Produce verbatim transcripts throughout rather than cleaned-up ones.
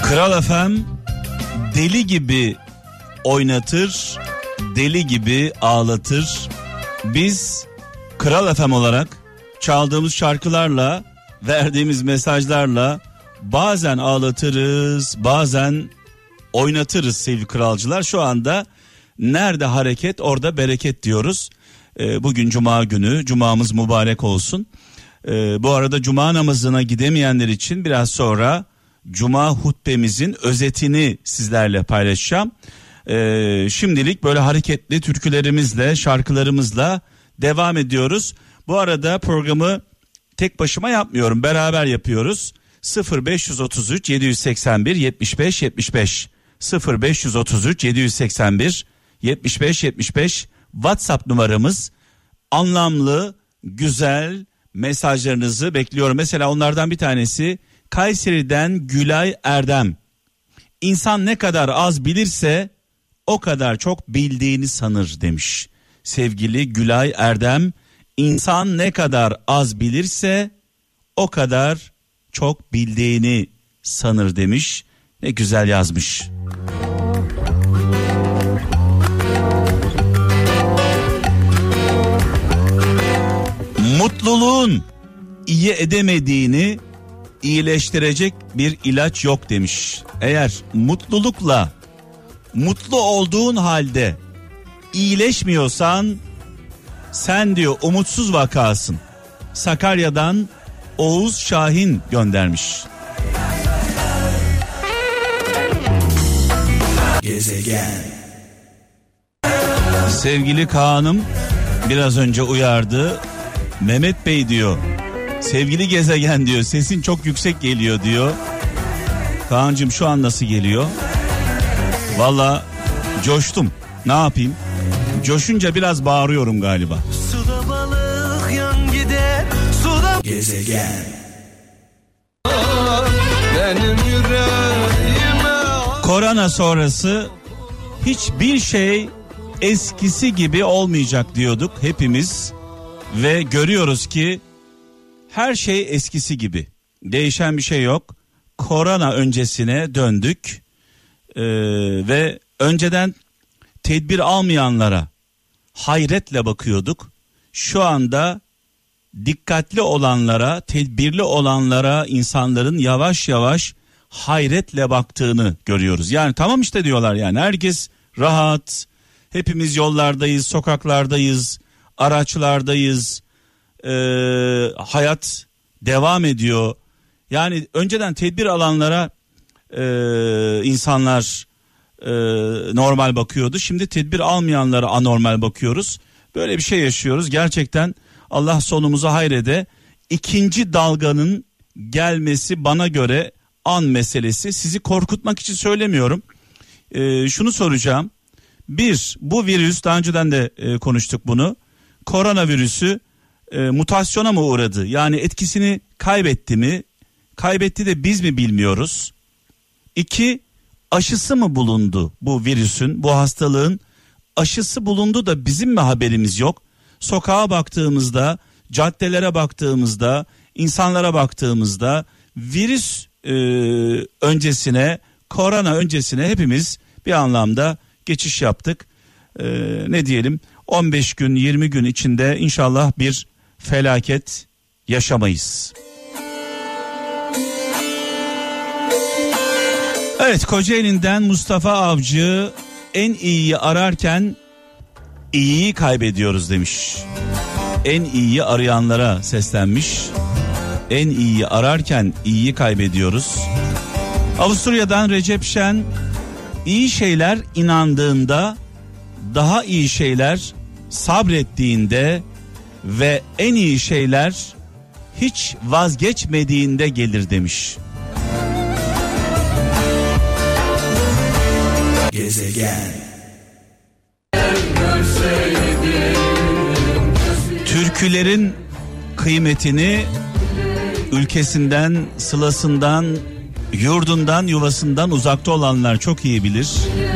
Kral F M deli gibi oynatır, deli gibi ağlatır. Biz Kral F M olarak çaldığımız şarkılarla, verdiğimiz mesajlarla bazen ağlatırız, bazen oynatırız sevgili kralcılar. Şu anda nerede hareket orada bereket diyoruz. Ee, bugün cuma günü, cumamız mübarek olsun. Ee, bu arada cuma namazına gidemeyenler için biraz sonra cuma hutbemizin özetini sizlerle paylaşacağım. Ee, şimdilik böyle hareketli türkülerimizle, şarkılarımızla devam ediyoruz. Bu arada programı tek başıma yapmıyorum, beraber yapıyoruz. sıfır beş üç üç yedi seksen bir yetmiş beş yetmiş beş sıfır beş üç üç yedi seksen bir yetmiş beş yetmiş beş WhatsApp numaramız. Anlamlı, güzel mesajlarınızı bekliyorum. Mesela onlardan bir tanesi Kayseri'den Gülay Erdem. İnsan ne kadar az bilirse o kadar çok bildiğini sanır demiş. Sevgili Gülay Erdem, insan ne kadar az bilirse o kadar çok bildiğini sanır demiş. Ne güzel yazmış. Mutluluğun iyi edemediğini iyileştirecek bir ilaç yok demiş. Eğer mutlulukla, mutlu olduğun halde iyileşmiyorsan sen diyor umutsuz vakasın. Sakarya'dan Oğuz Şahin göndermiş. Gezegen. Sevgili Kaan'ım biraz önce uyardı. Mehmet Bey diyor, sevgili gezegen diyor, sesin çok yüksek geliyor diyor. Kaan'cığım şu an nasıl geliyor? Valla coştum, ne yapayım? Coşunca biraz bağırıyorum galiba. Suda balık yan gider, suda... Gezegen. Korona sonrası hiçbir şey eskisi gibi olmayacak diyorduk hepimiz. Ve görüyoruz ki her şey eskisi gibi. Değişen bir şey yok. Korona öncesine döndük. Ee, ve önceden tedbir almayanlara hayretle bakıyorduk. Şu anda dikkatli olanlara, tedbirli olanlara insanların yavaş yavaş hayretle baktığını görüyoruz. Yani tamam işte diyorlar, yani herkes rahat. Hepimiz yollardayız, sokaklardayız, araçlardayız. Ee, hayat devam ediyor. Yani önceden tedbir alanlara e, insanlar e, normal bakıyordu. Şimdi tedbir almayanlara anormal bakıyoruz. Böyle bir şey yaşıyoruz. Gerçekten Allah sonumuzu hayrede. İkinci dalganın gelmesi bana göre an meselesi. Sizi korkutmak için söylemiyorum. E, şunu soracağım. Bir, bu virüs, daha önceden de e, konuştuk bunu. Koronavirüsü e, mutasyona mı uğradı? Yani etkisini kaybetti mi? Kaybetti de biz mi bilmiyoruz? İki, aşısı mı bulundu bu virüsün, bu hastalığın? Aşısı bulundu da bizim mi haberimiz yok? Sokağa baktığımızda, caddelere baktığımızda, insanlara baktığımızda virüs e, öncesine, korona öncesine hepimiz bir anlamda geçiş yaptık. E, ne diyelim? on beş gün, yirmi gün içinde inşallah bir felaket yaşamayız. Evet, Kocaeli'nden Mustafa Avcı, en iyiyi ararken iyiyi kaybediyoruz demiş. En iyiyi arayanlara seslenmiş. En iyiyi ararken iyiyi kaybediyoruz. Avusturya'dan Recep Şen, iyi şeyler inandığında, daha iyi şeyler sabrettiğinde ve en iyi şeyler hiç vazgeçmediğinde gelir demiş. Gezegen. Türkülerin kıymetini ülkesinden, sılasından, yurdundan, yuvasından uzakta olanlar çok iyi bilir.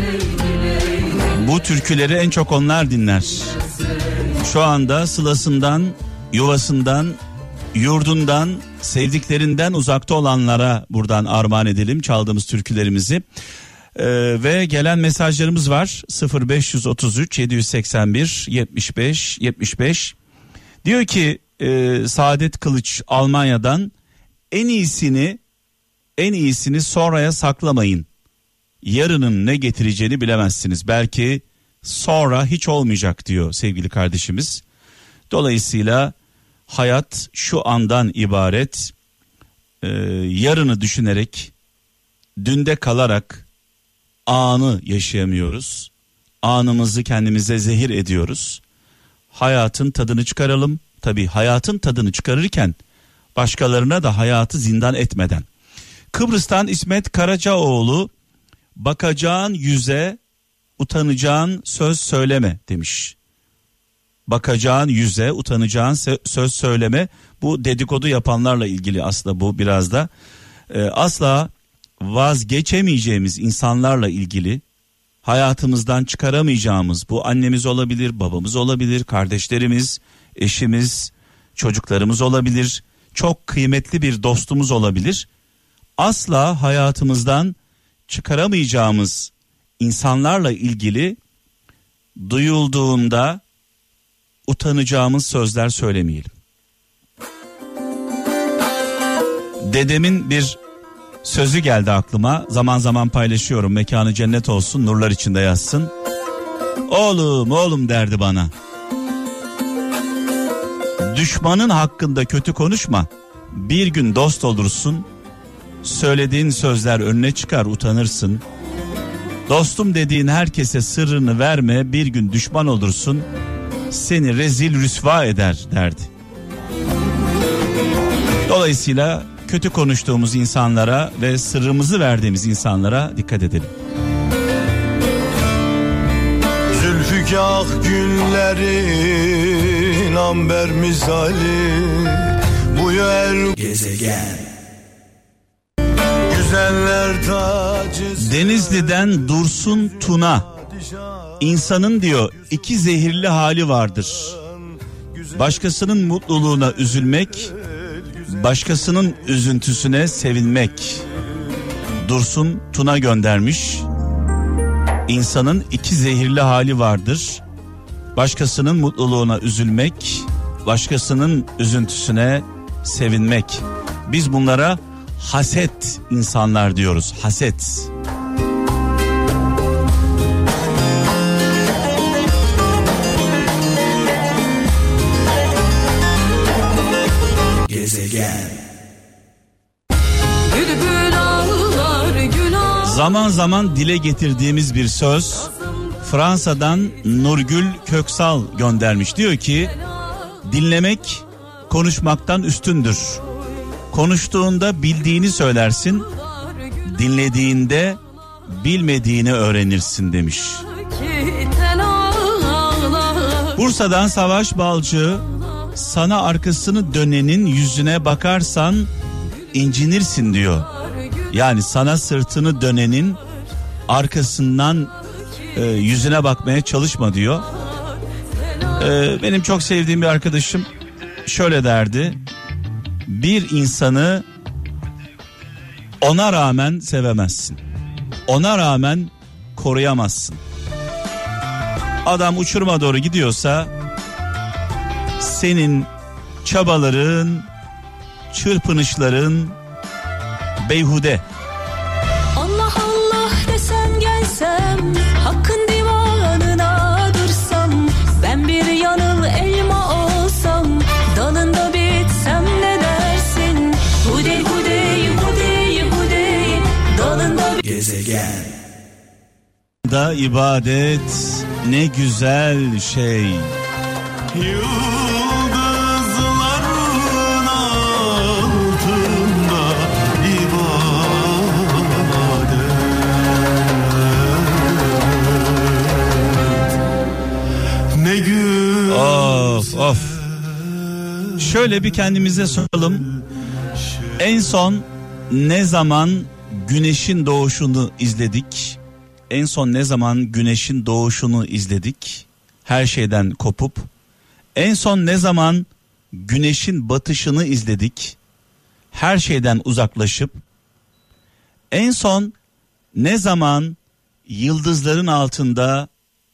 Bu türküleri en çok onlar dinler. Şu anda sılasından, yuvasından, yurdundan, sevdiklerinden uzakta olanlara buradan armağan edelim çaldığımız türkülerimizi. Ee, ve gelen mesajlarımız var. sıfır beş otuz üç yedi seksen bir yetmiş beş yetmiş beş. Diyor ki e, Saadet Kılıç Almanya'dan, en iyisini en iyisini sonraya saklamayın. Yarının ne getireceğini bilemezsiniz. Belki sonra hiç olmayacak diyor sevgili kardeşimiz. Dolayısıyla hayat şu andan ibaret. Ee, yarını düşünerek, dünde kalarak anı yaşayamıyoruz. Anımızı kendimize zehir ediyoruz. Hayatın tadını çıkaralım. Tabii hayatın tadını çıkarırken başkalarına da hayatı zindan etmeden. Kıbrıs'tan İsmet Karacaoğlu, bakacağın yüze utanacağın söz söyleme demiş. Bakacağın yüze utanacağın söz söyleme, bu dedikodu yapanlarla ilgili aslında, bu biraz da e, asla vazgeçemeyeceğimiz insanlarla ilgili, hayatımızdan çıkaramayacağımız, bu annemiz olabilir, babamız olabilir, kardeşlerimiz, eşimiz, çocuklarımız olabilir, çok kıymetli bir dostumuz olabilir. Asla hayatımızdan çıkaramayacağımız insanlarla ilgili duyulduğunda utanacağımız sözler söylemeyelim. Dedemin bir sözü geldi aklıma. Zaman zaman paylaşıyorum. Mekanı cennet olsun, nurlar içinde yatsın. Oğlum oğlum derdi bana. Düşmanın hakkında kötü konuşma. Bir gün dost olursun. Söylediğin sözler önüne çıkar, utanırsın. Dostum dediğin herkese sırrını verme. Bir gün düşman olursun. Seni rezil rüsva eder derdi. Dolayısıyla kötü konuştuğumuz insanlara ve sırrımızı verdiğimiz insanlara dikkat edelim. Zülfikar günlerin amber misali, bu yer gezegen. Güzeller tacı. Denizli'den Dursun Tuna, insanın diyor iki zehirli hali vardır. Başkasının mutluluğuna üzülmek, başkasının üzüntüsüne sevinmek. Dursun Tuna göndermiş. İnsanın iki zehirli hali vardır. Başkasının mutluluğuna üzülmek, başkasının üzüntüsüne sevinmek. Biz bunlara haset insanlar diyoruz. Haset. Gezegen. Zaman zaman dile getirdiğimiz bir söz. Fransa'dan Nurgül Köksal göndermiş. Diyor ki, dinlemek konuşmaktan üstündür. Konuştuğunda bildiğini söylersin, dinlediğinde bilmediğini öğrenirsin demiş. Bursa'dan Savaş Balcı, sana arkasını dönenin yüzüne bakarsan incinirsin diyor. Yani sana sırtını dönenin arkasından e, yüzüne bakmaya çalışma diyor. E, benim çok sevdiğim bir arkadaşım şöyle derdi: bir insanı ona rağmen sevemezsin, ona rağmen koruyamazsın. Adam uçuruma doğru gidiyorsa senin çabaların, çırpınışların beyhude. Allah Allah desem gelsem, hakkın divanına dursam, ben bir yanıl elma olsam, dalında bitsem ne dersin? Hudey hudey hudey hudey, dalında gezegen. Da ibadet ne güzel şey. Yıldızların altında ibadet. Ne güzel. Of of. Şöyle bir kendimize soralım. En son ne zaman güneşin doğuşunu izledik? En son ne zaman güneşin doğuşunu izledik? Her şeyden kopup. En son ne zaman güneşin batışını izledik? her şeyden uzaklaşıp en son ne zaman yıldızların altında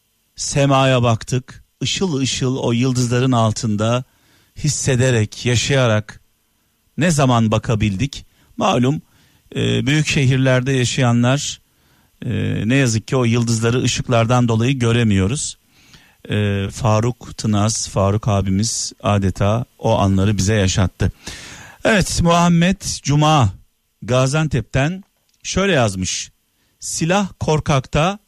semaya baktık, ışıl ışıl o yıldızların altında hissederek, yaşayarak ne zaman bakabildik? Malum e, büyük şehirlerde yaşayanlar e, ne yazık ki o yıldızları ışıklardan dolayı göremiyoruz. E, Faruk Tınaz, Faruk abimiz adeta o anları bize yaşattı. Evet, Muhammed Cuma Gaziantep'ten şöyle yazmış. Silah korkakta,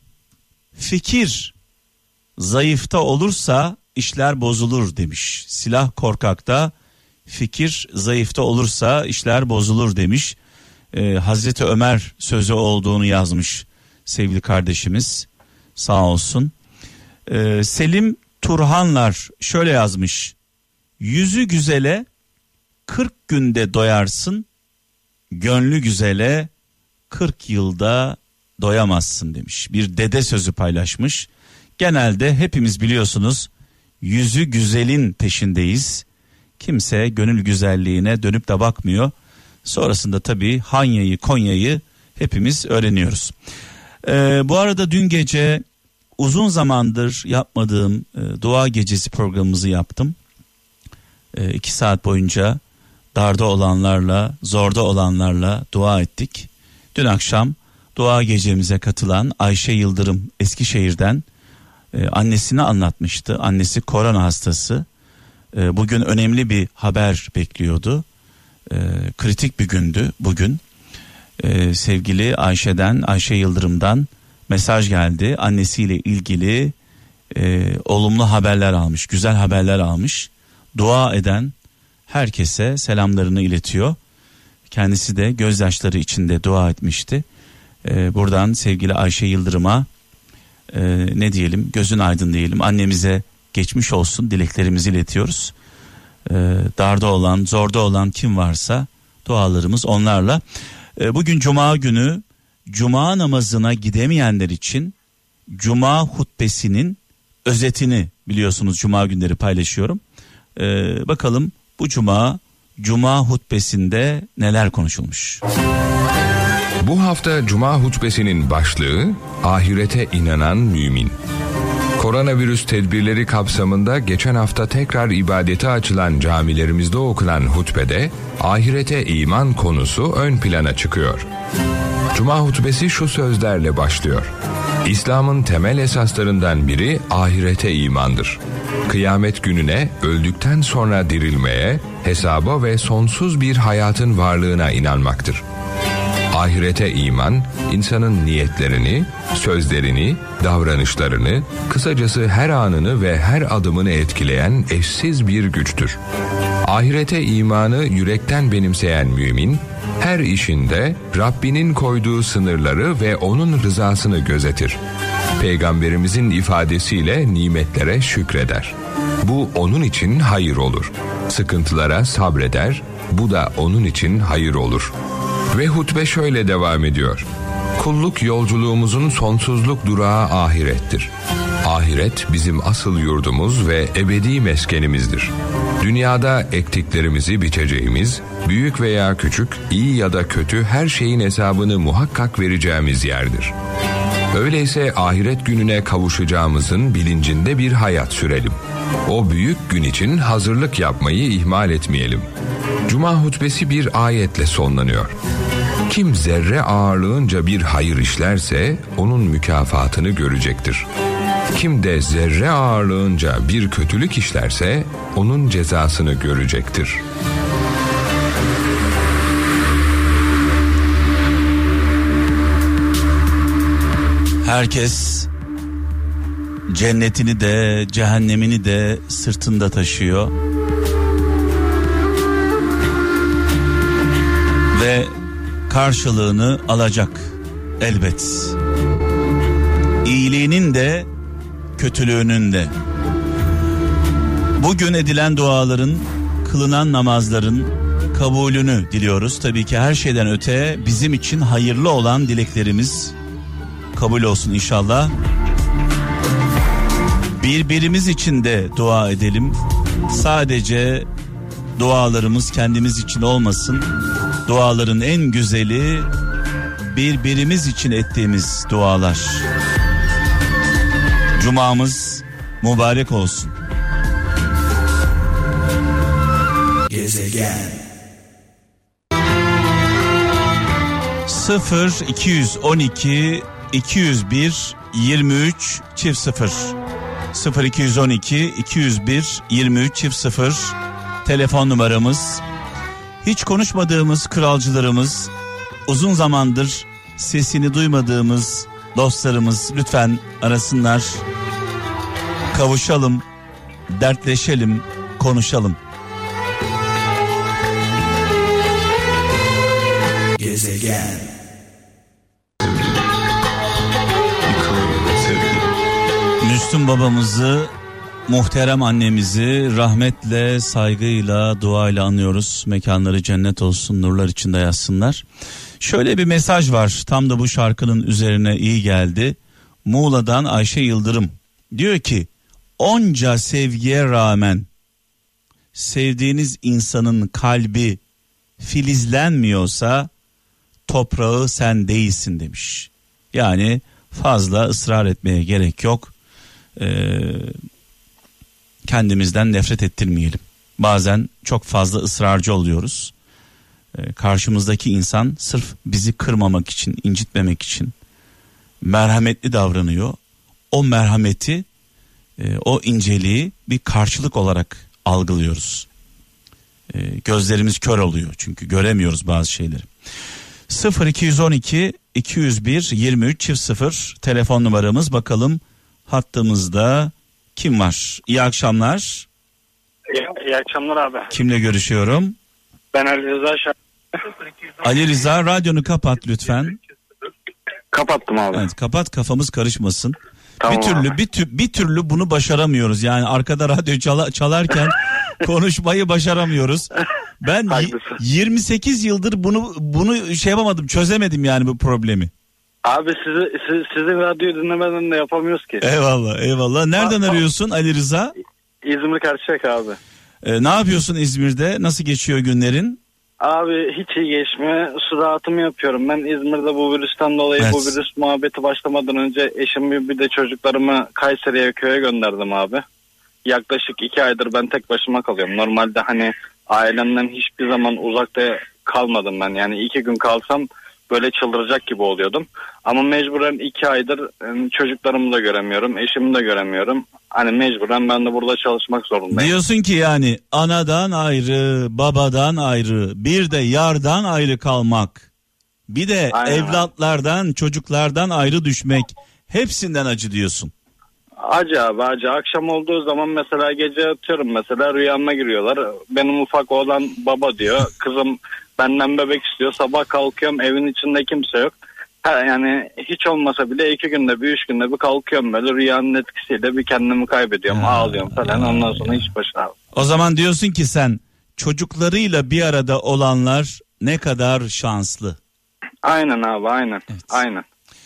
fikir zayıfta olursa işler bozulur demiş. Silah korkakta, fikir zayıfta olursa işler bozulur demiş. Ee, Hazreti Ömer sözü olduğunu yazmış sevgili kardeşimiz, sağ olsun. Ee, Selim Turhanlar şöyle yazmış. Yüzü güzele kırk günde doyarsın, gönlü güzele kırk yılda doyamazsın demiş. Bir dede sözü paylaşmış. Genelde hepimiz biliyorsunuz yüzü güzelin peşindeyiz. Kimse gönül güzelliğine dönüp de bakmıyor. Sonrasında tabii Hanya'yı, Konya'yı hepimiz öğreniyoruz. Ee, bu arada dün gece uzun zamandır yapmadığım e, dua gecesi programımızı yaptım. E, iki saat boyunca darda olanlarla, zorda olanlarla dua ettik. Dün akşam dua gecemize katılan Ayşe Yıldırım Eskişehir'den e, annesini anlatmıştı. Annesi korona hastası. E, bugün önemli bir haber bekliyordu. E, kritik bir gündü bugün. E, sevgili Ayşe'den, Ayşe Yıldırım'dan mesaj geldi. Annesiyle ilgili e, olumlu haberler almış, güzel haberler almış. Dua eden herkese selamlarını iletiyor. Kendisi de gözyaşları içinde dua etmişti. Ee, buradan sevgili Ayşe Yıldırım'a e, ne diyelim, gözün aydın diyelim. Annemize geçmiş olsun dileklerimizi iletiyoruz. Ee, darda olan, zorda olan kim varsa dualarımız onlarla. Ee, bugün Cuma günü, Cuma namazına gidemeyenler için Cuma hutbesinin özetini biliyorsunuz Cuma günleri paylaşıyorum. Ee, bakalım bu Cuma, Cuma hutbesinde neler konuşulmuş? Bu hafta Cuma hutbesinin başlığı ahirete inanan mümin. Koronavirüs tedbirleri kapsamında geçen hafta tekrar ibadete açılan camilerimizde okunan hutbede ahirete iman konusu ön plana çıkıyor. Cuma hutbesi şu sözlerle başlıyor. İslam'ın temel esaslarından biri ahirete imandır. Kıyamet gününe, öldükten sonra dirilmeye, hesaba ve sonsuz bir hayatın varlığına inanmaktır. Ahirete iman, insanın niyetlerini, sözlerini, davranışlarını, kısacası her anını ve her adımını etkileyen eşsiz bir güçtür. Ahirete imanı yürekten benimseyen mümin, her işinde Rabbinin koyduğu sınırları ve onun rızasını gözetir. Peygamberimizin ifadesiyle nimetlere şükreder. Bu onun için hayır olur. Sıkıntılara sabreder, bu da onun için hayır olur. Ve hutbe şöyle devam ediyor. Kulluk yolculuğumuzun sonsuzluk durağı ahirettir. Ahiret bizim asıl yurdumuz ve ebedi meskenimizdir. Dünyada ektiklerimizi biçeceğimiz, büyük veya küçük, iyi ya da kötü her şeyin hesabını muhakkak vereceğimiz yerdir. Öyleyse ahiret gününe kavuşacağımızın bilincinde bir hayat sürelim. O büyük gün için hazırlık yapmayı ihmal etmeyelim. Cuma hutbesi bir ayetle sonlanıyor. Kim zerre ağırlığınca bir hayır işlerse onun mükafatını görecektir. Kim de zerre ağırlığınca bir kötülük işlerse onun cezasını görecektir. Herkes cennetini de cehennemini de sırtında taşıyor. Ve karşılığını alacak elbet. İyiliğinin de kötülüğünün de. Bugün edilen duaların, kılınan namazların kabulünü diliyoruz. Tabii ki her şeyden öte bizim için hayırlı olan dileklerimiz kabul olsun inşallah. Birbirimiz için de dua edelim. Sadece dualarımız kendimiz için olmasın. Duaların en güzeli birbirimiz için ettiğimiz dualar. Cumamız mübarek olsun. Gezegen. sıfır iki on iki iki yüz bir yirmi üç çift sıfır sıfır iki on iki iki yüz bir yirmi üç çift sıfır telefon numaramız. Hiç konuşmadığımız kralcılarımız, uzun zamandır sesini duymadığımız dostlarımız lütfen arasınlar. Kavuşalım, dertleşelim, konuşalım. Gezegen. Müslüm babamızı, muhterem annemizi rahmetle, saygıyla, duayla anıyoruz. Mekanları cennet olsun, nurlar içinde yatsınlar. Şöyle bir mesaj var, tam da bu şarkının üzerine iyi geldi. Muğla'dan Ayşe Yıldırım diyor ki, onca sevgiye rağmen sevdiğiniz insanın kalbi filizlenmiyorsa toprağı sen değilsin demiş. Yani fazla ısrar etmeye gerek yok. Ee, kendimizden nefret ettirmeyelim. Bazen çok fazla ısrarcı oluyoruz. Ee, karşımızdaki insan sırf bizi kırmamak için, incitmemek için merhametli davranıyor. O merhameti, e, o inceliği bir karşılık olarak algılıyoruz. E, gözlerimiz kör oluyor çünkü göremiyoruz bazı şeyleri. sıfır iki on iki iki yüz bir yirmi üç çift sıfır telefon numaramız. Bakalım hattımızda kim var? İyi akşamlar. İyi, iyi akşamlar abi. Kimle görüşüyorum? Ben Ali Rıza Şah. Ali Rıza, radyonu kapat lütfen. Kapattım abi. Evet, kapat, kafamız karışmasın. Tamam bir türlü abi. bir, tü, bir türlü bunu başaramıyoruz. Yani arkada radyo çala, çalarken konuşmayı başaramıyoruz. Ben y- yirmi sekiz yıldır bunu bunu şey yapamadım, çözemedim yani bu problemi. Abi sizi siz, sizin radyoyu dinlemeden de yapamıyoruz ki. Eyvallah, eyvallah. Nereden Abi, arıyorsun Ali Rıza? İzmir Karşıyaka abi. Ee, ne yapıyorsun İzmir'de? Nasıl geçiyor günlerin? Abi hiç iyi geçmiyor. Su dağıtımı yapıyorum. Ben İzmir'de bu virüsten dolayı, Evet. bu virüs muhabbeti başlamadan önce eşimi bir de çocuklarımı Kayseri'ye, köye gönderdim abi. Yaklaşık iki aydır ben tek başıma kalıyorum. Normalde hani ailemden hiçbir zaman uzakta kalmadım ben. Yani iki gün kalsam böyle çıldıracak gibi oluyordum. Ama mecburen iki aydır çocuklarımı da göremiyorum, eşimi de göremiyorum. Hani mecburen ben de burada çalışmak zorundayım. Diyorsun ki yani anadan ayrı, babadan ayrı, bir de yardan ayrı kalmak. Bir de Aynen. evlatlardan, çocuklardan ayrı düşmek. Hepsinden acı diyorsun. Acı abi acı. Akşam olduğu zaman mesela gece yatıyorum, mesela rüyama giriyorlar. Benim ufak oğlan baba diyor. Kızım benden bebek istiyor. Sabah kalkıyorum, evin içinde kimse yok. Ha, yani hiç olmasa bile iki günde bir, üç günde bir kalkıyorum, böyle rüyanın etkisiyle bir kendimi kaybediyorum. Ya, ağlıyorum falan. Ondan sonra hiç başına. O zaman diyorsun ki sen çocuklarıyla bir arada olanlar ne kadar şanslı. Aynen abi, aynen. Evet. Aynen.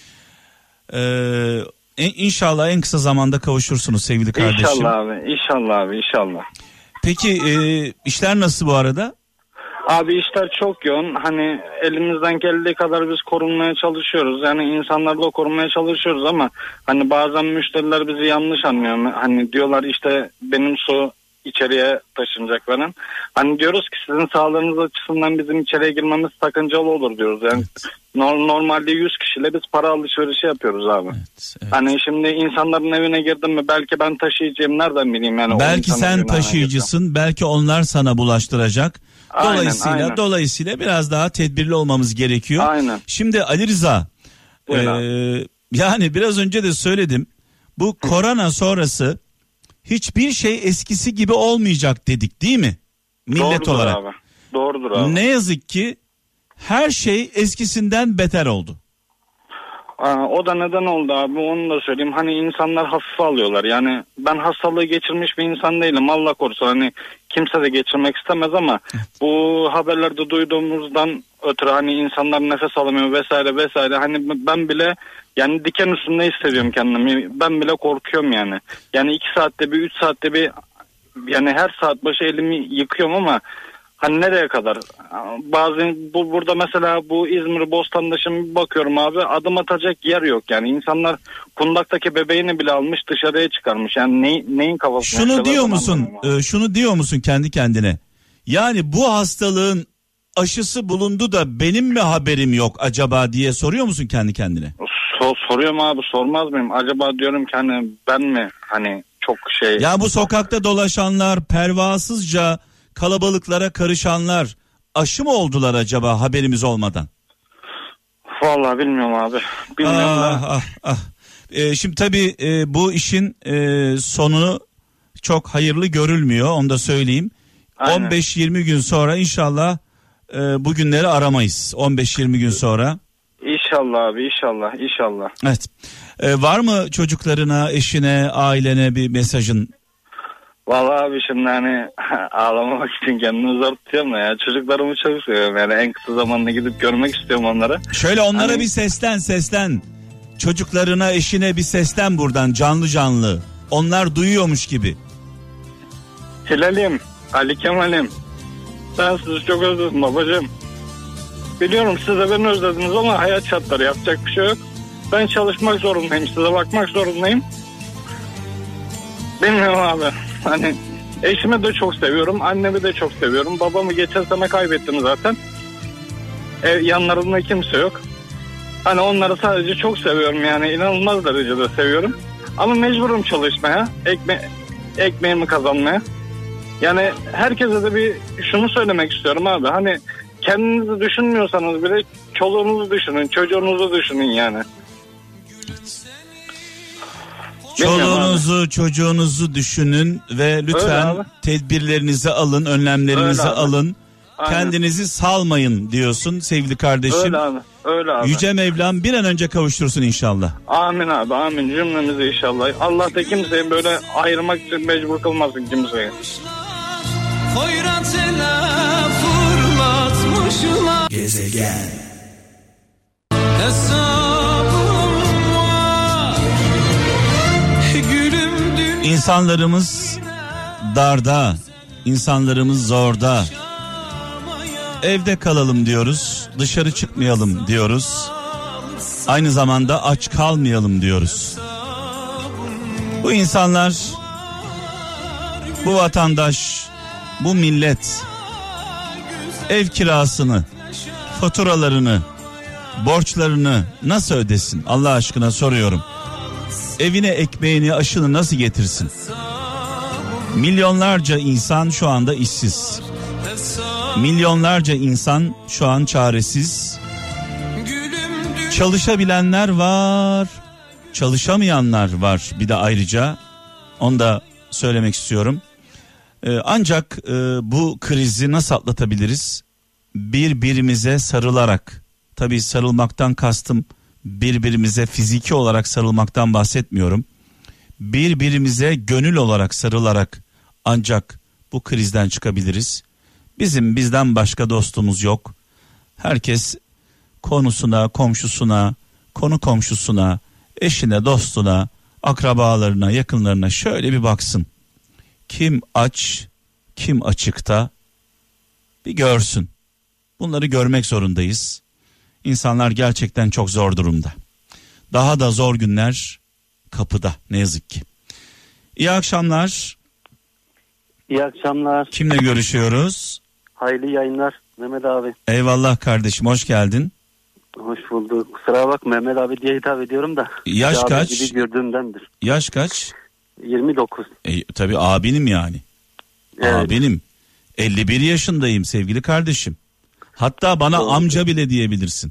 Ee, inşallah en kısa zamanda kavuşursunuz sevgili kardeşim. İnşallah abi, inşallah abi, inşallah. Peki e, işler nasıl bu arada? Abi işler çok yoğun. Hani elimizden geldiği kadar biz korunmaya çalışıyoruz. Yani insanlarla korunmaya çalışıyoruz ama hani bazen müşteriler bizi yanlış anlıyor. Hani diyorlar işte benim su içeriye taşınacak falan. Hani diyoruz ki sizin sağlığınız açısından bizim içeriye girmemiz sakıncalı olur diyoruz. Yani evet. Normalde yüz kişiyle biz para alışverişi yapıyoruz abi. Evet, evet. Hani şimdi insanların evine girdim mi belki ben taşıyacağım, nereden bileyim yani. Belki sen taşıyıcısın, belki onlar sana bulaştıracak. Dolayısıyla aynen, aynen. dolayısıyla biraz daha tedbirli olmamız gerekiyor. Aynen. Şimdi Ali Rıza, e, yani biraz önce de söyledim. Bu korona sonrası hiçbir şey eskisi gibi olmayacak dedik değil mi? Millet Doğrudur olarak. Abi. Doğrudur abi. Ne yazık ki her şey eskisinden beter oldu. Aa, o da neden oldu abi, onu da söyleyeyim. Hani insanlar hafife alıyorlar. Yani ben hastalığı geçirmiş bir insan değilim, Allah korusun. Hani kimse de geçirmek istemez ama bu haberlerde duyduğumuzdan ötürü hani insanlar nefes alamıyor vesaire vesaire. Hani ben bile yani diken üstünde hissediyorum kendimi. Ben bile korkuyorum yani. Yani iki saatte bir, üç saatte bir, yani her saat başı elimi yıkıyorum ama Hani nereye kadar? Bazı bu burada mesela bu İzmir Bostan'da şimdi bakıyorum abi, adım atacak yer yok yani. İnsanlar kundaktaki bebeğini bile almış dışarıya çıkarmış. Yani ne, neyin kafasına? Şunu diyor musun? E, şunu diyor musun kendi kendine? Yani bu hastalığın aşısı bulundu da benim mi haberim yok acaba diye soruyor musun kendi kendine? So, soruyorum abi, sormaz mıyım? Acaba diyorum ki hani ben mi hani çok şey... Ya bu sokakta dolaşanlar, pervasızca kalabalıklara karışanlar aşı mı oldular acaba haberimiz olmadan? Vallahi bilmiyorum abi. Bilmiyorum ah, da. ah, ah. Ee, şimdi tabii e, bu işin e, sonu çok hayırlı görülmüyor, onu da söyleyeyim. Aynen. on beş yirmi gün sonra inşallah e, bu günleri aramayız. on beş yirmi gün sonra. İnşallah abi, inşallah, inşallah. Evet. E, var mı çocuklarına, eşine, ailene bir mesajın? Vallahi abi şimdi hani ağlamamak için kendimi zor tutuyorum da ya. Çocuklarımı çok seviyorum yani, en kısa zamanda gidip görmek istiyorum onları. Şöyle onlara hani... bir seslen seslen. Çocuklarına, eşine bir seslen buradan canlı canlı. Onlar duyuyormuş gibi. Hilal'im, Ali Kemal'im, ben sizi çok özledim babacığım. Biliyorum siz de beni özlediniz ama hayat şartları, yapacak bir şey yok. Ben çalışmak zorundayım, size bakmak zorundayım. Bilmiyorum abi. Hani eşimi de çok seviyorum, annemi de çok seviyorum. Babamı geçen sene kaybettim zaten. Ev yanlarında kimse yok. Hani onları sadece çok seviyorum yani, inanılmaz derecede seviyorum. Ama mecburum çalışmaya, ekme ekmeğimi kazanmaya. Yani herkese de bir şunu söylemek istiyorum abi. Hani kendinizi düşünmüyorsanız bile çoluğunuzu düşünün, çocuğunuzu düşünün yani. Çoluğunuzu, çocuğunuzu düşünün ve lütfen tedbirlerinizi alın, önlemlerinizi alın. Aynen. Kendinizi salmayın diyorsun sevgili kardeşim. Öyle abi, öyle abi. Yüce Mevlam bir an önce kavuştursun inşallah. Amin abi, amin, cümlemizi inşallah. Allah da kimseyi böyle ayırmak için mecbur kılmasın kimseyi. Gezegen. İnsanlarımız darda, insanlarımız zorda. Evde kalalım diyoruz, dışarı çıkmayalım diyoruz. Aynı zamanda aç kalmayalım diyoruz. Bu insanlar, bu vatandaş, bu millet ev kirasını, faturalarını, borçlarını nasıl ödesin? Allah aşkına soruyorum. Evine ekmeğini, aşını nasıl getirsin? Milyonlarca insan şu anda işsiz. Milyonlarca insan şu an çaresiz. Çalışabilenler var, çalışamayanlar var. Bir de ayrıca onu da söylemek istiyorum. Ee, ancak e, bu krizi nasıl atlatabiliriz? Birbirimize sarılarak. Tabii sarılmaktan kastım birbirimize fiziki olarak sarılmaktan bahsetmiyorum. Birbirimize gönül olarak sarılarak ancak bu krizden çıkabiliriz. Bizim bizden başka dostumuz yok. Herkes konusuna, komşusuna, konu komşusuna, eşine, dostuna, akrabalarına, yakınlarına şöyle bir baksın. Kim aç, kim açıkta bir görsün. Bunları görmek zorundayız. İnsanlar gerçekten çok zor durumda. Daha da zor günler kapıda ne yazık ki. İyi akşamlar. İyi akşamlar. Kimle görüşüyoruz? Hayırlı yayınlar Mehmet abi. Eyvallah kardeşim, hoş geldin. Hoş bulduk. Kusura bak Mehmet abi diye hitap ediyorum da. Yaş abi kaç? Gibi gördüğümdendir. Yaş kaç? yirmi dokuz. E, tabii abinim yani. Evet. Abinim. elli bir yaşındayım sevgili kardeşim. Hatta bana Doğru. amca bile diyebilirsin.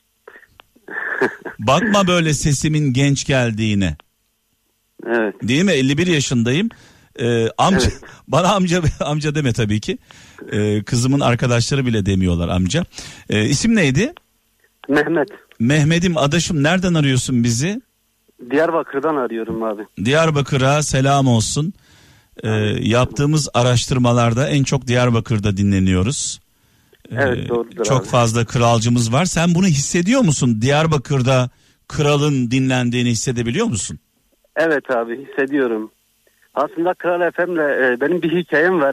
Bakma böyle sesimin genç geldiğine. Evet. Değil mi? elli bir yaşındayım. Ee, amca evet. Bana amca amca deme tabii ki. Ee, kızımın arkadaşları bile demiyorlar amca. Ee, isim neydi? Mehmet. Mehmet'im, adaşım, nereden arıyorsun bizi? Diyarbakır'dan arıyorum abi. Diyarbakır'a selam olsun. Ee, yaptığımız araştırmalarda en çok Diyarbakır'da dinleniyoruz. Ee, evet doğrudur Çok abi. fazla kralcımız var. Sen bunu hissediyor musun? Diyarbakır'da kralın dinlendiğini hissedebiliyor musun? Evet abi, hissediyorum. Aslında Kral F M'le e, benim bir hikayem var.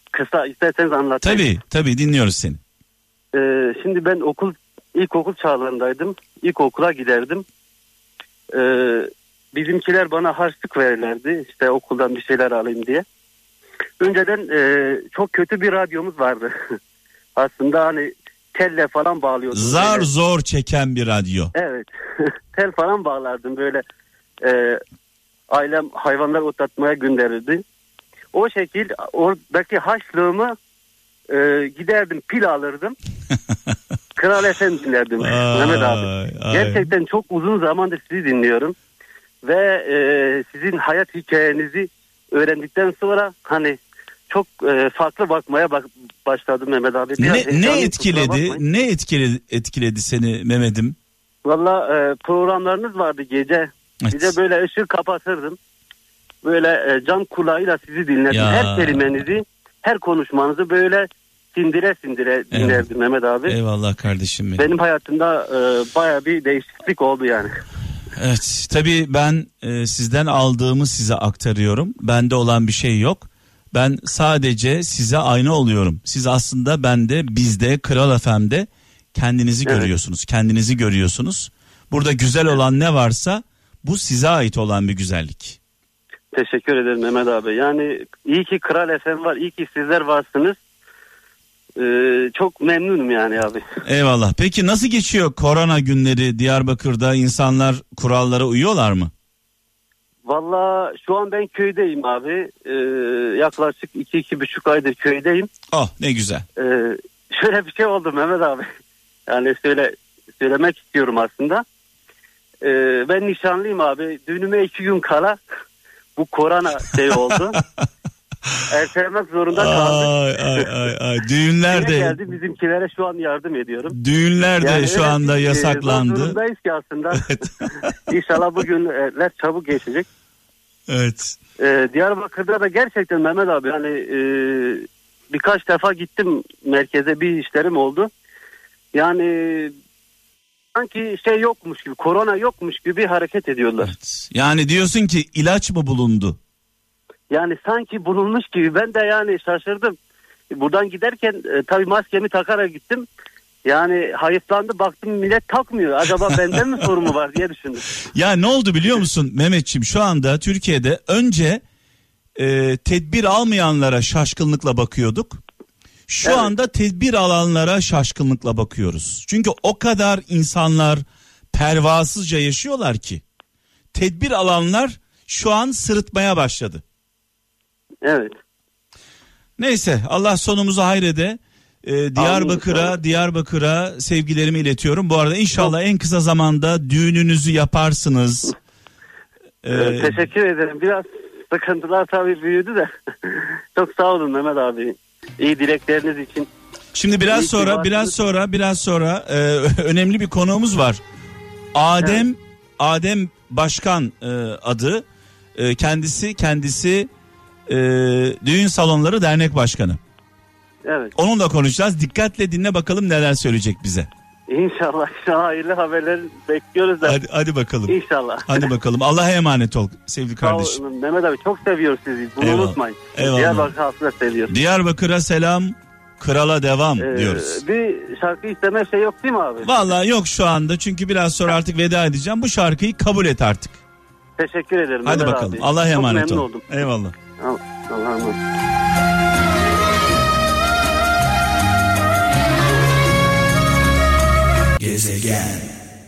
kısa isterseniz anlatayım. Tabii tabii dinliyoruz seni. Ee, şimdi ben okul ilkokul çağlarındaydım. İlkokula giderdim. Ee, bizimkiler bana harçlık verirlerdi. İşte okuldan bir şeyler alayım diye. Önceden e, çok kötü bir radyomuz vardı. Aslında hani telle falan bağlıyordum. Zar böyle. zor çeken bir radyo. Evet. Tel falan bağlardım böyle. E, ailem hayvanlar otlatmaya gönderirdi. O şekil oradaki harçlığımı e, giderdim pil alırdım. Kral F M dinlerdim Mehmet abi. Ay. Gerçekten çok uzun zamandır sizi dinliyorum. Ve e, sizin hayat hikayenizi öğrendikten sonra hani çok e, farklı bakmaya bak başladım Mehmet abi. Biraz ne ne etkiledi? Ne etkiledi etkiledi seni Mehmet'im? Valla e, programlarınız vardı gece. Evet. Gece böyle ışığı kapatırdım. Böyle e, can kulağıyla sizi dinlerdim. Ya. Her kelimenizi, her konuşmanızı böyle sindire sindire dinlerdim evet. Mehmet abi. Eyvallah kardeşim benim. Benim hayatımda e, baya bir değişiklik oldu yani. Evet tabii ben e, sizden aldığımı size aktarıyorum. Bende olan bir şey yok. Ben sadece size ayna oluyorum. Siz aslında bende, bizde, Kral F M'de kendinizi evet. görüyorsunuz. Kendinizi görüyorsunuz. Burada güzel olan ne varsa bu size ait olan bir güzellik. Teşekkür ederim Mehmet abi. Yani iyi ki Kral F M var, iyi ki sizler varsınız. Ee, çok memnunum yani abi. Eyvallah. Peki nasıl geçiyor korona günleri Diyarbakır'da? İnsanlar kurallara uyuyorlar mı? Valla şu an ben köydeyim abi. Ee, yaklaşık iki iki buçuk aydır köydeyim. Oh ne güzel. Ee, şöyle bir şey oldu Mehmet abi. Yani söyle söylemek istiyorum aslında. Ee, ben nişanlıyım abi. Düğünüme iki gün kala bu korona şey oldu. Ertelemek zorunda kaldık. Ay ay ay ay. Düğünler de geldi, bizimkilere şu an yardım ediyorum. Düğünler de yani şu evet, anda yasaklandı. Zorundayız ki aslında. Evet. İnşallah bu günler çabuk geçecek. Evet. Ee, Diyarbakır'da da gerçekten Mehmet abi hani e, birkaç defa gittim merkeze, bir işlerim oldu. Yani sanki şey yokmuş gibi, korona yokmuş gibi hareket ediyorlar. Evet. Yani diyorsun ki ilaç mı bulundu? Yani sanki bulunmuş gibi. Ben de yani şaşırdım. Buradan giderken e, tabii maskemi takarak gittim. Yani hayıflandı, baktım millet takmıyor. Acaba benden mi sorun mu var diye düşündüm. Ya ne oldu biliyor musun Mehmetciğim? Şu anda Türkiye'de önce e, tedbir almayanlara şaşkınlıkla bakıyorduk. Şu evet. anda tedbir alanlara şaşkınlıkla bakıyoruz. Çünkü o kadar insanlar pervasızca yaşıyorlar ki. Tedbir alanlar şu an sırıtmaya başladı. Evet. Neyse Allah sonumuzu hayrede. Ee, Diyarbakır'a Diyarbakır'a sevgilerimi iletiyorum. Bu arada inşallah en kısa zamanda düğününüzü yaparsınız. Ee, Teşekkür ederim. Biraz sıkıntılar tabii büyüdü de. Çok sağ olun Mehmet abi. İyi dilekleriniz için. Şimdi biraz İyi sonra biraz sonra biraz sonra e, önemli bir konuğumuz var. Adem evet. Adem Başkan e, adı. E, kendisi kendisi e, Düğün Salonları Dernek Başkanı. Evet. Onunla konuşacağız. Dikkatle dinle bakalım neler söyleyecek bize. İnşallah. İnşallah hayırlı haberleri bekliyoruz da. Hadi, hadi bakalım. İnşallah. Hadi bakalım. Allah'a emanet ol sevgili kardeşim. Ol, Mehmet abi çok seviyoruz sizi. Bunu Eyvallah. unutmayın. Eyvallah. Diyarbakır halkı seviyor. Diyarbakır'a selam, krala devam ee, diyoruz. Bir şarkı isteme şey yok değil mi abi? Vallahi yok şu anda. Çünkü biraz sonra artık veda edeceğim. Bu şarkıyı kabul et artık. Teşekkür ederim. Hadi Mehmet bakalım. Abi. Allah'a emanet ol. Çok memnun oldum. Eyvallah. Allah'a emanet. Gezegen.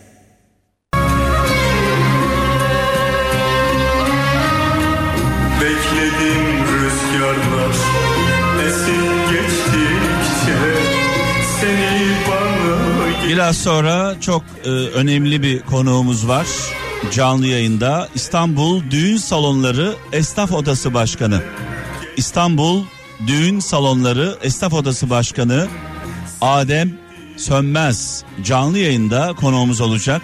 Bekledim rüzgarlar esip geçtikçe seni bana. Biraz sonra çok e, önemli bir konuğumuz var. Canlı yayında İstanbul Düğün Salonları Esnaf Odası Başkanı. İstanbul Düğün Salonları Esnaf Odası Başkanı Adem Sönmez canlı yayında konuğumuz olacak.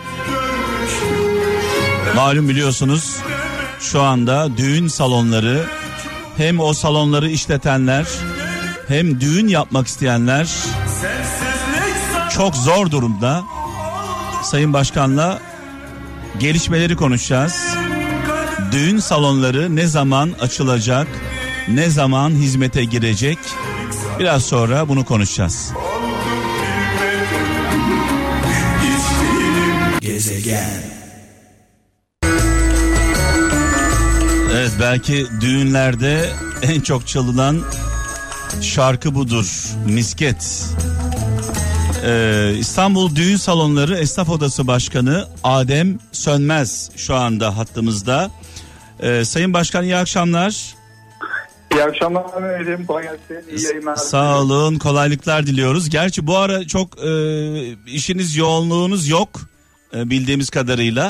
Malum biliyorsunuz şu anda düğün salonları, hem o salonları işletenler hem düğün yapmak isteyenler çok zor durumda. Sayın Başkan'la gelişmeleri konuşacağız. Düğün salonları ne zaman açılacak, ne zaman hizmete girecek? Biraz sonra bunu konuşacağız. Gezegen. Evet, belki düğünlerde en çok çalınan şarkı budur. Misket. Ee, İstanbul Düğün Salonları Esnaf Odası Başkanı Adem Sönmez şu anda hattımızda. Ee, Sayın Başkan, iyi akşamlar. İyi akşamlar Mehmet'im. Kolay gelsin. İyi yayınlar. Sağ olun, kolaylıklar diliyoruz. Gerçi bu ara çok e, işiniz, yoğunluğunuz yok e, bildiğimiz kadarıyla.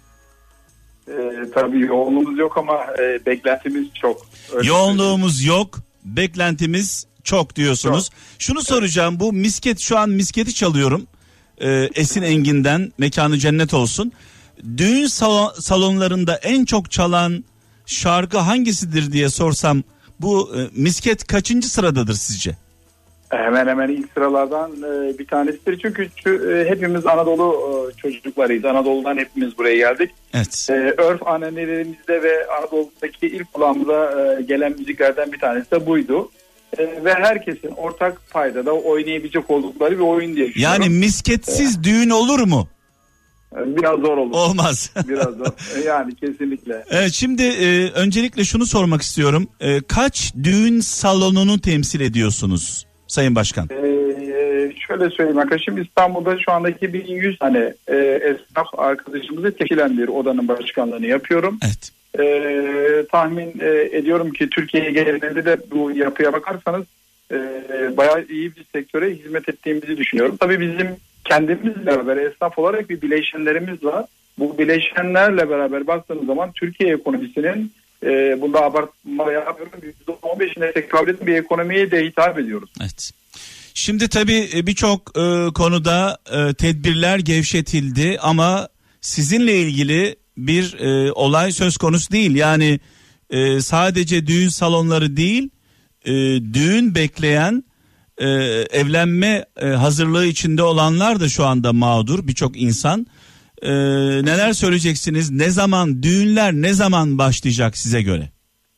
Ee, tabii yoğunluğumuz yok ama e, beklentimiz çok. Öyle Yoğunluğumuz yok, beklentimiz çok diyorsunuz. Çok. Şunu soracağım, bu misket, şu an misketi çalıyorum. Ee, Esin Engin'den, mekanı cennet olsun. Düğün salon, salonlarında en çok çalan şarkı hangisidir diye sorsam, bu e, misket kaçıncı sıradadır sizce? Hemen hemen ilk sıralardan e, bir tanesidir. Çünkü e, hepimiz Anadolu e, çocuklarıyız. Anadolu'dan hepimiz buraya geldik. Evet. E, örf annelerimizde ve Anadolu'daki ilk kulağımıza e, gelen müziklerden bir tanesi de buydu. E, ve herkesin ortak paydada oynayabilecek oldukları bir oyun diye düşünüyorum. Yani misketsiz e, düğün olur mu? Biraz zor olur. Olmaz. Biraz zor. Yani kesinlikle. Evet, şimdi e, öncelikle şunu sormak istiyorum. E, kaç düğün salonunu temsil ediyorsunuz Sayın Başkan? Ee, şöyle söyleyeyim arkadaşım, İstanbul'da şu andaki bin yüz tane e, esnaf arkadaşımızı tekilen bir odanın başkanlığını yapıyorum. Evet. Ee, tahmin e, ediyorum ki Türkiye genelinde de bu yapıya bakarsanız e, bayağı iyi bir sektöre hizmet ettiğimizi düşünüyorum. Tabii bizim kendimizle beraber esnaf olarak bir bileşenlerimiz var. Bu bileşenlerle beraber baktığınız zaman Türkiye ekonomisinin e, bunda abartma yapıyorum, yüzde on beşine tekabül eden bir ekonomiye de hitap ediyoruz. Evet. Şimdi tabii birçok e, konuda e, tedbirler gevşetildi ama sizinle ilgili bir e, olay söz konusu değil. Yani e, sadece düğün salonları değil, e, düğün bekleyen, e, evlenme e, hazırlığı içinde olanlar da şu anda mağdur, birçok insan. E, neler söyleyeceksiniz? Ne zaman düğünler ne zaman başlayacak size göre?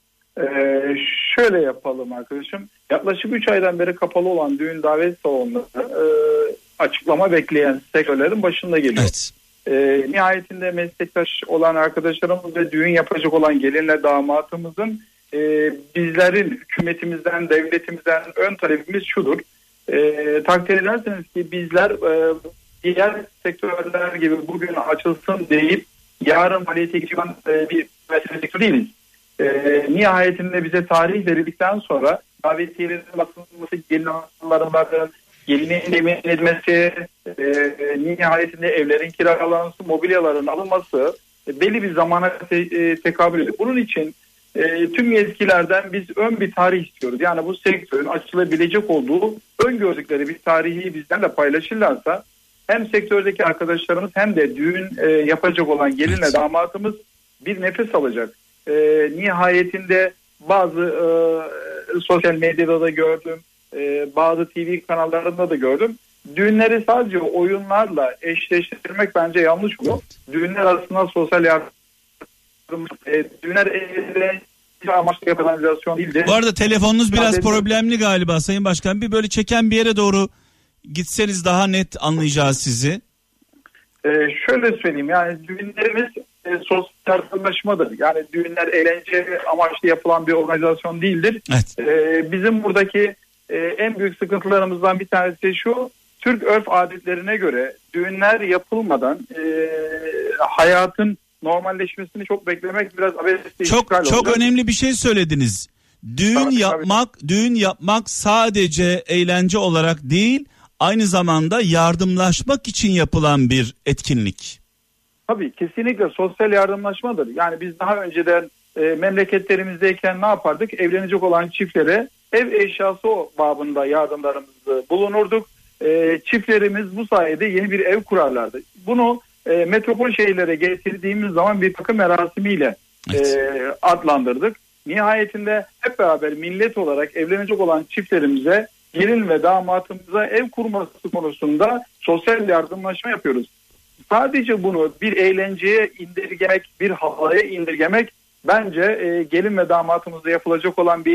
Ee, şöyle yapalım arkadaşım. Yaklaşık üç aydan beri kapalı olan düğün davet salonları e, açıklama bekleyen sektörlerin başında geliyor. Evet. E, nihayetinde meslektaş olan arkadaşlarımız ve düğün yapacak olan gelinle damatımızın e, bizlerin hükümetimizden, devletimizden ön talebimiz şudur. E, takdir ederseniz ki bizler e, diğer sektörler gibi bugün açılsın deyip yarın maliyete geçen e, bir mesele sektörü değiliz. E, nihayetinde bize tarih verildikten sonra davetiyelerin basılması, gelin hanımların gelinin emin edilmesi, e, nihayetinde evlerin kiralanması, mobilyaların alınması e, belli bir zamana te, e, tekabül ediyor. Bunun için e, tüm yetkilerden biz ön bir tarih istiyoruz. Yani bu sektörün açılabilecek olduğu öngördükleri bir tarihi bizlerle paylaşırlarsa hem sektördeki arkadaşlarımız hem de düğün e, yapacak olan gelinle evet. damatımız bir nefes alacak. E, nihayetinde bazı e, sosyal medyada da gördüm, e, bazı T V kanallarında da gördüm. Düğünleri sadece oyunlarla eşleştirmek bence yanlış olur. Düğünler aslında sosyal yardım, e, düğünler eğlence amaçlı yapılan organizasyon değildir. Bu arada telefonunuz biraz sadece problemli galiba Sayın Başkan. Bir böyle çeken bir yere doğru gitseniz daha net anlayacağız sizi. Ee, şöyle söyleyeyim, yani düğünlerimiz e, sosyal yardımlaşmadır. Yani düğünler eğlence amaçlı yapılan bir organizasyon değildir. Evet. Ee, bizim buradaki e, en büyük sıkıntılarımızdan bir tanesi şu: Türk örf adetlerine göre düğünler yapılmadan e, hayatın normalleşmesini çok beklemek biraz abesli. Çok çok olacak. Önemli bir şey söylediniz. Düğün tabii, yapmak, tabii. düğün yapmak sadece eğlence olarak değil, aynı zamanda yardımlaşmak için yapılan bir etkinlik. Tabii kesinlikle sosyal yardımlaşmadır. Yani biz daha önceden e, memleketlerimizdeyken ne yapardık? Evlenecek olan çiftlere ev eşyası babında yardımlarımızı bulunurduk. E, çiftlerimiz bu sayede yeni bir ev kurarlardı. Bunu e, metropol şehirlere getirdiğimiz zaman bir takım merasimiyle evet. e, adlandırdık. Nihayetinde hep beraber millet olarak evlenecek olan çiftlerimize, gelin ve damatımıza ev kurması konusunda sosyal yardımlaşma yapıyoruz. Sadece bunu bir eğlenceye indirgemek, bir havaya indirgemek bence e, gelin ve damatımızda yapılacak olan bir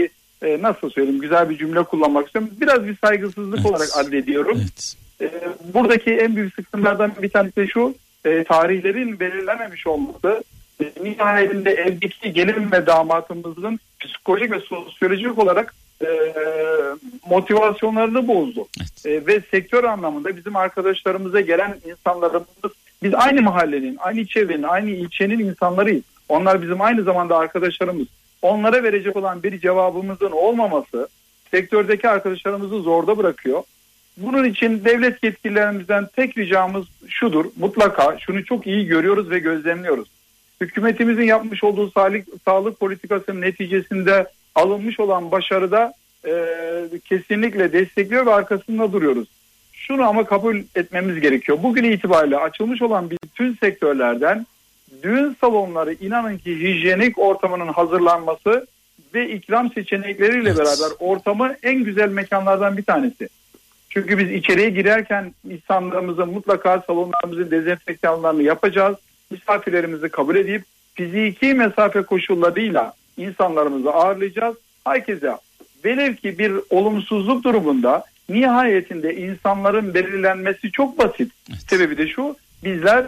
e, nasıl söyleyeyim, güzel bir cümle kullanmak istiyorum. Biraz bir saygısızlık Evet. olarak addediyorum. Evet. E, buradaki en büyük sıkıntılardan bir tanesi şu, e, tarihlerin belirlenmemiş olması. E, nihayetinde evdeki gelin ve damatımızın psikolojik ve sosyolojik olarak e, motivasyonlarını bozdu. Evet. E, ve sektör anlamında bizim arkadaşlarımıza gelen insanlarımız, biz aynı mahallenin, aynı çevrenin, aynı ilçenin insanlarıyız. Onlar bizim aynı zamanda arkadaşlarımız. Onlara verecek olan bir cevabımızın olmaması sektördeki arkadaşlarımızı zorda bırakıyor. Bunun için devlet yetkililerimizden tek ricamız şudur. Mutlaka şunu çok iyi görüyoruz ve gözlemliyoruz. Hükümetimizin yapmış olduğu sağlık, sağlık politikasının neticesinde alınmış olan başarıda e, kesinlikle destekliyor ve arkasında duruyoruz. Şunu ama kabul etmemiz gerekiyor. Bugün itibariyle açılmış olan bütün sektörlerden düğün salonları, inanın ki hijyenik ortamının hazırlanması ve ikram seçenekleriyle Evet. beraber ortamı en güzel mekanlardan bir tanesi. Çünkü biz içeriye girerken insanlarımızın mutlaka salonlarımızın dezenfektanlarını yapacağız. Misafirlerimizi kabul edip fiziki mesafe koşullarıyla insanlarımızı ağırlayacağız. Herkese velev ki bir olumsuzluk durumunda nihayetinde insanların belirlenmesi çok basit. Evet. Sebebi de şu, bizler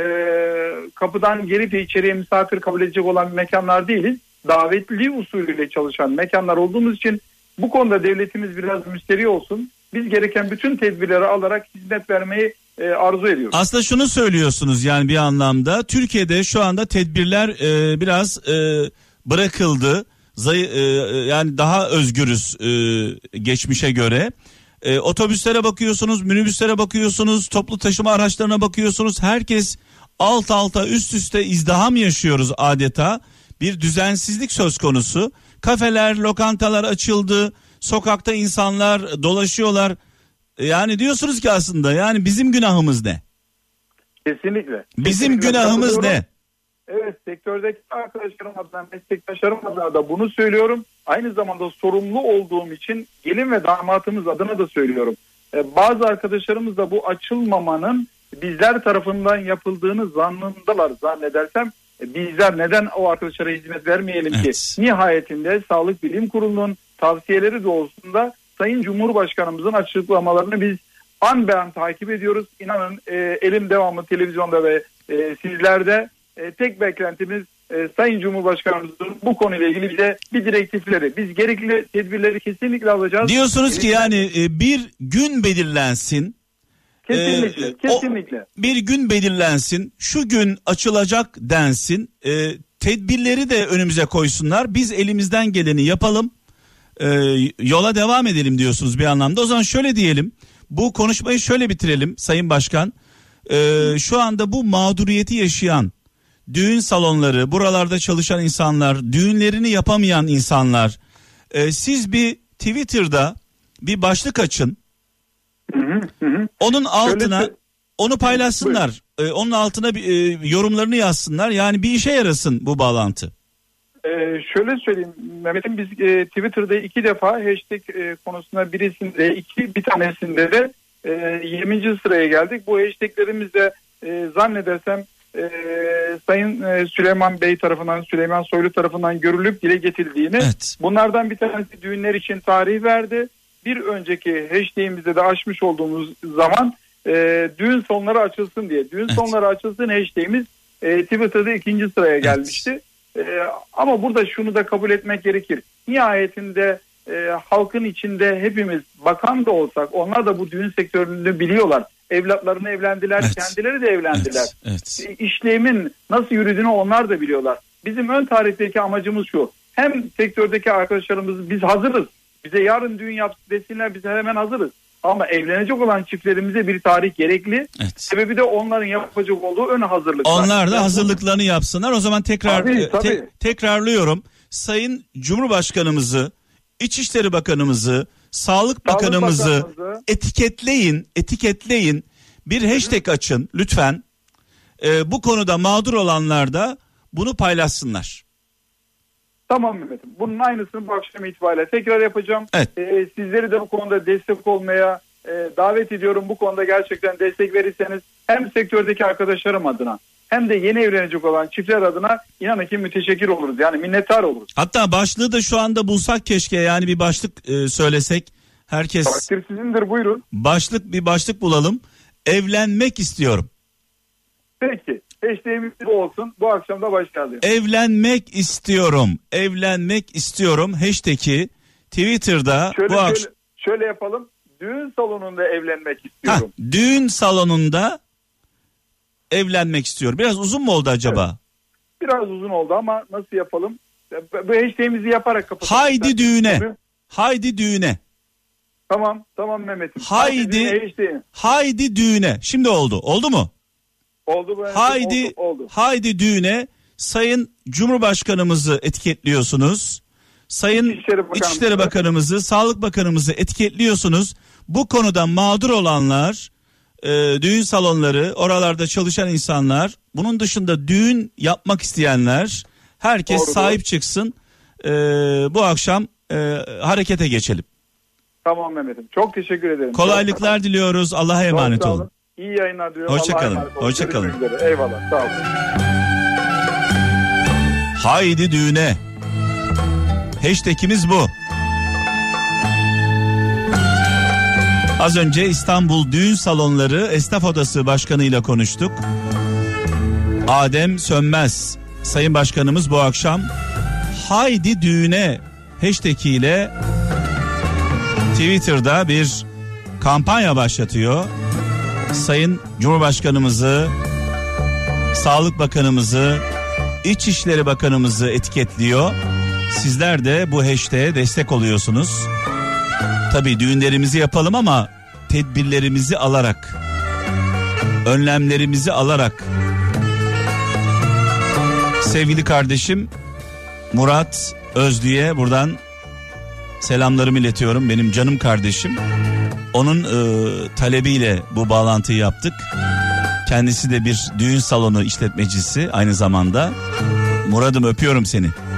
e, kapıdan gelip de içeriye misafir kabul edecek olan mekanlar değiliz. Davetli usulüyle çalışan mekanlar olduğumuz için bu konuda devletimiz biraz müsterih olsun. Biz gereken bütün tedbirleri alarak hizmet vermeyi e, arzu ediyoruz. Aslında şunu söylüyorsunuz yani bir anlamda Türkiye'de şu anda tedbirler e, biraz e, bırakıldı. Zay, e, yani daha özgürüz e, geçmişe göre. E, otobüslere bakıyorsunuz, minibüslere bakıyorsunuz, toplu taşıma araçlarına bakıyorsunuz. Herkes alt alta üst üste izdiham yaşıyoruz adeta. Bir düzensizlik söz konusu. Kafeler, lokantalar açıldı. Sokakta insanlar dolaşıyorlar. Yani diyorsunuz ki aslında yani bizim günahımız ne? Kesinlikle. Bizim Kesinlikle günahımız katılıyorum. ne? Evet, sektördeki arkadaşlarım adına, meslektaşlarım adına da bunu söylüyorum. Aynı zamanda sorumlu olduğum için gelin ve damatımız adına da söylüyorum. Ee, bazı arkadaşlarımız da bu açılmamanın bizler tarafından yapıldığını zannındalar zannedersem. e, Bizler neden o arkadaşlara hizmet vermeyelim Evet. ki? Nihayetinde Sağlık Bilim Kurulu'nun tavsiyeleri doğrultusunda Sayın Cumhurbaşkanımızın açıklamalarını biz an be an takip ediyoruz. İnanın e, elim devamlı televizyonda ve e, sizlerde. E, tek beklentimiz e, Sayın Cumhurbaşkanımızın bu konuyla ilgili bize bir direktifleri, biz gerekli tedbirleri kesinlikle alacağız. Diyorsunuz ki yani e, bir gün belirlensin. Kesinlikle, Ee, kesinlikle. O bir gün belirlensin, şu gün açılacak densin, e, tedbirleri de önümüze koysunlar, biz elimizden geleni yapalım, e, yola devam edelim diyorsunuz bir anlamda. O zaman şöyle diyelim, bu konuşmayı şöyle bitirelim Sayın Başkan, e, şu anda bu mağduriyeti yaşayan düğün salonları, buralarda çalışan insanlar, düğünlerini yapamayan insanlar, e, siz bir Twitter'da bir başlık açın. Hı hı, hı hı. Onun altına Şöyle- onu paylaşsınlar. Ee, onun altına bir e, yorumlarını yazsınlar. Yani bir işe yarasın bu bağlantı. Ee, şöyle söyleyeyim Mehmet'im, biz e, Twitter'da iki defa hashtag e, konusunda birisinde iki bir tanesinde de e, yirminci sıraya geldik. Bu hashtaglerimiz de e, zannedersem e, Sayın e, Süleyman Bey tarafından, Süleyman Soylu tarafından görülüp dile getirildiğini. Evet. Bunlardan bir tanesi düğünler için tarih verdi. Bir önceki hashtag'imizde de açmış olduğumuz zaman e, düğün sonları açılsın diye. Düğün Evet. sonları açılsın hashtag'imiz e, Twitter'da ikinci sıraya gelmişti. E, ama burada şunu da kabul etmek gerekir. Nihayetinde e, halkın içinde hepimiz bakan da olsak onlar da bu düğün sektörünü biliyorlar. Evlatlarını evlendiler, Evet. kendileri de evlendiler. Evet, evet. E, işlemin nasıl yürüdüğünü onlar da biliyorlar. Bizim ön tarihteki amacımız şu. Hem sektördeki arkadaşlarımız biz hazırız. Bize yarın düğün yap desinler, biz hemen hazırız. Ama evlenecek olan çiftlerimize bir tarih gerekli. Evet. Sebebi de onların yapacak olduğu ön hazırlıklar. Onlar da Yani hazırlıklarını yapsınlar. O zaman tekrar Tabii, e, te- tabii. tekrarlıyorum. Sayın Cumhurbaşkanımızı, İçişleri Bakanımızı, Sağlık Sağlık Bakanımızı Bakanımızı- etiketleyin, etiketleyin. Bir hashtag açın lütfen. E, bu konuda mağdur olanlar da bunu paylaşsınlar. Tamam Mehmet'im. Bunun aynısını bu akşam itibariyle tekrar yapacağım. Evet. Ee, sizleri de bu konuda destek olmaya e, davet ediyorum. Bu konuda gerçekten destek verirseniz hem sektördeki arkadaşlarım adına hem de yeni evlenecek olan çiftler adına inanın ki müteşekkir oluruz. Yani minnettar oluruz. Hatta başlığı da şu anda bulsak keşke, yani bir başlık e, söylesek. Herkes takdir sizindir, buyurun. Başlık bir başlık bulalım. Evlenmek istiyorum. Peki. Hashtag'imiz bu olsun. Bu akşam da başlayalım. Evlenmek istiyorum. Evlenmek istiyorum. Hashtag'i Twitter'da şöyle, bu akşam. Şöyle, şöyle yapalım. Düğün salonunda evlenmek istiyorum. Ha, düğün salonunda evlenmek istiyorum. Biraz uzun mu oldu acaba? Evet. Biraz uzun oldu ama nasıl yapalım? Bu hashtag'imizi yaparak kapatalım. Haydi düğüne. Tabii. Haydi düğüne. Tamam, tamam Mehmet'im. Haydi, haydi düğüne, haydi düğüne. Şimdi oldu. Oldu mu? Oldu mu? Haydi, oldu, oldu. Haydi düğüne. Sayın Cumhurbaşkanımızı etiketliyorsunuz. Sayın İçişleri, İçişleri Bakanımızı, Sağlık Bakanımızı etiketliyorsunuz. Bu konuda mağdur olanlar, e, düğün salonları, oralarda çalışan insanlar, bunun dışında düğün yapmak isteyenler, herkes doğru, sahip doğru. çıksın. E, bu akşam e, harekete geçelim. Tamam Mehmet'im. Çok teşekkür ederim. Kolaylıklar çok diliyoruz. Allah'a emanet çok olun. İyi yayınlar diliyorum. Hoşçakalın. Hoşçakalın. Eyvallah. Sağ olun. Haydi düğüne. Hashtag'imiz bu. Az önce İstanbul Düğün Salonları Esnaf Odası Başkanı ile konuştuk. Adem Sönmez Sayın Başkanımız bu akşam Haydi Düğüne hashtag ile Twitter'da bir kampanya başlatıyor. Sayın Cumhurbaşkanımızı, Sağlık Bakanımızı, İçişleri Bakanımızı etiketliyor. Sizler de bu hashtag'e destek oluyorsunuz. Tabii düğünlerimizi yapalım ama tedbirlerimizi alarak, önlemlerimizi alarak. Sevgili kardeşim Murat Özlü'ye buradan selamlarımı iletiyorum. Benim canım kardeşim. Onun e, talebiyle bu bağlantıyı yaptık. Kendisi de bir düğün salonu işletmecisi aynı zamanda. Murat'ım öpüyorum seni.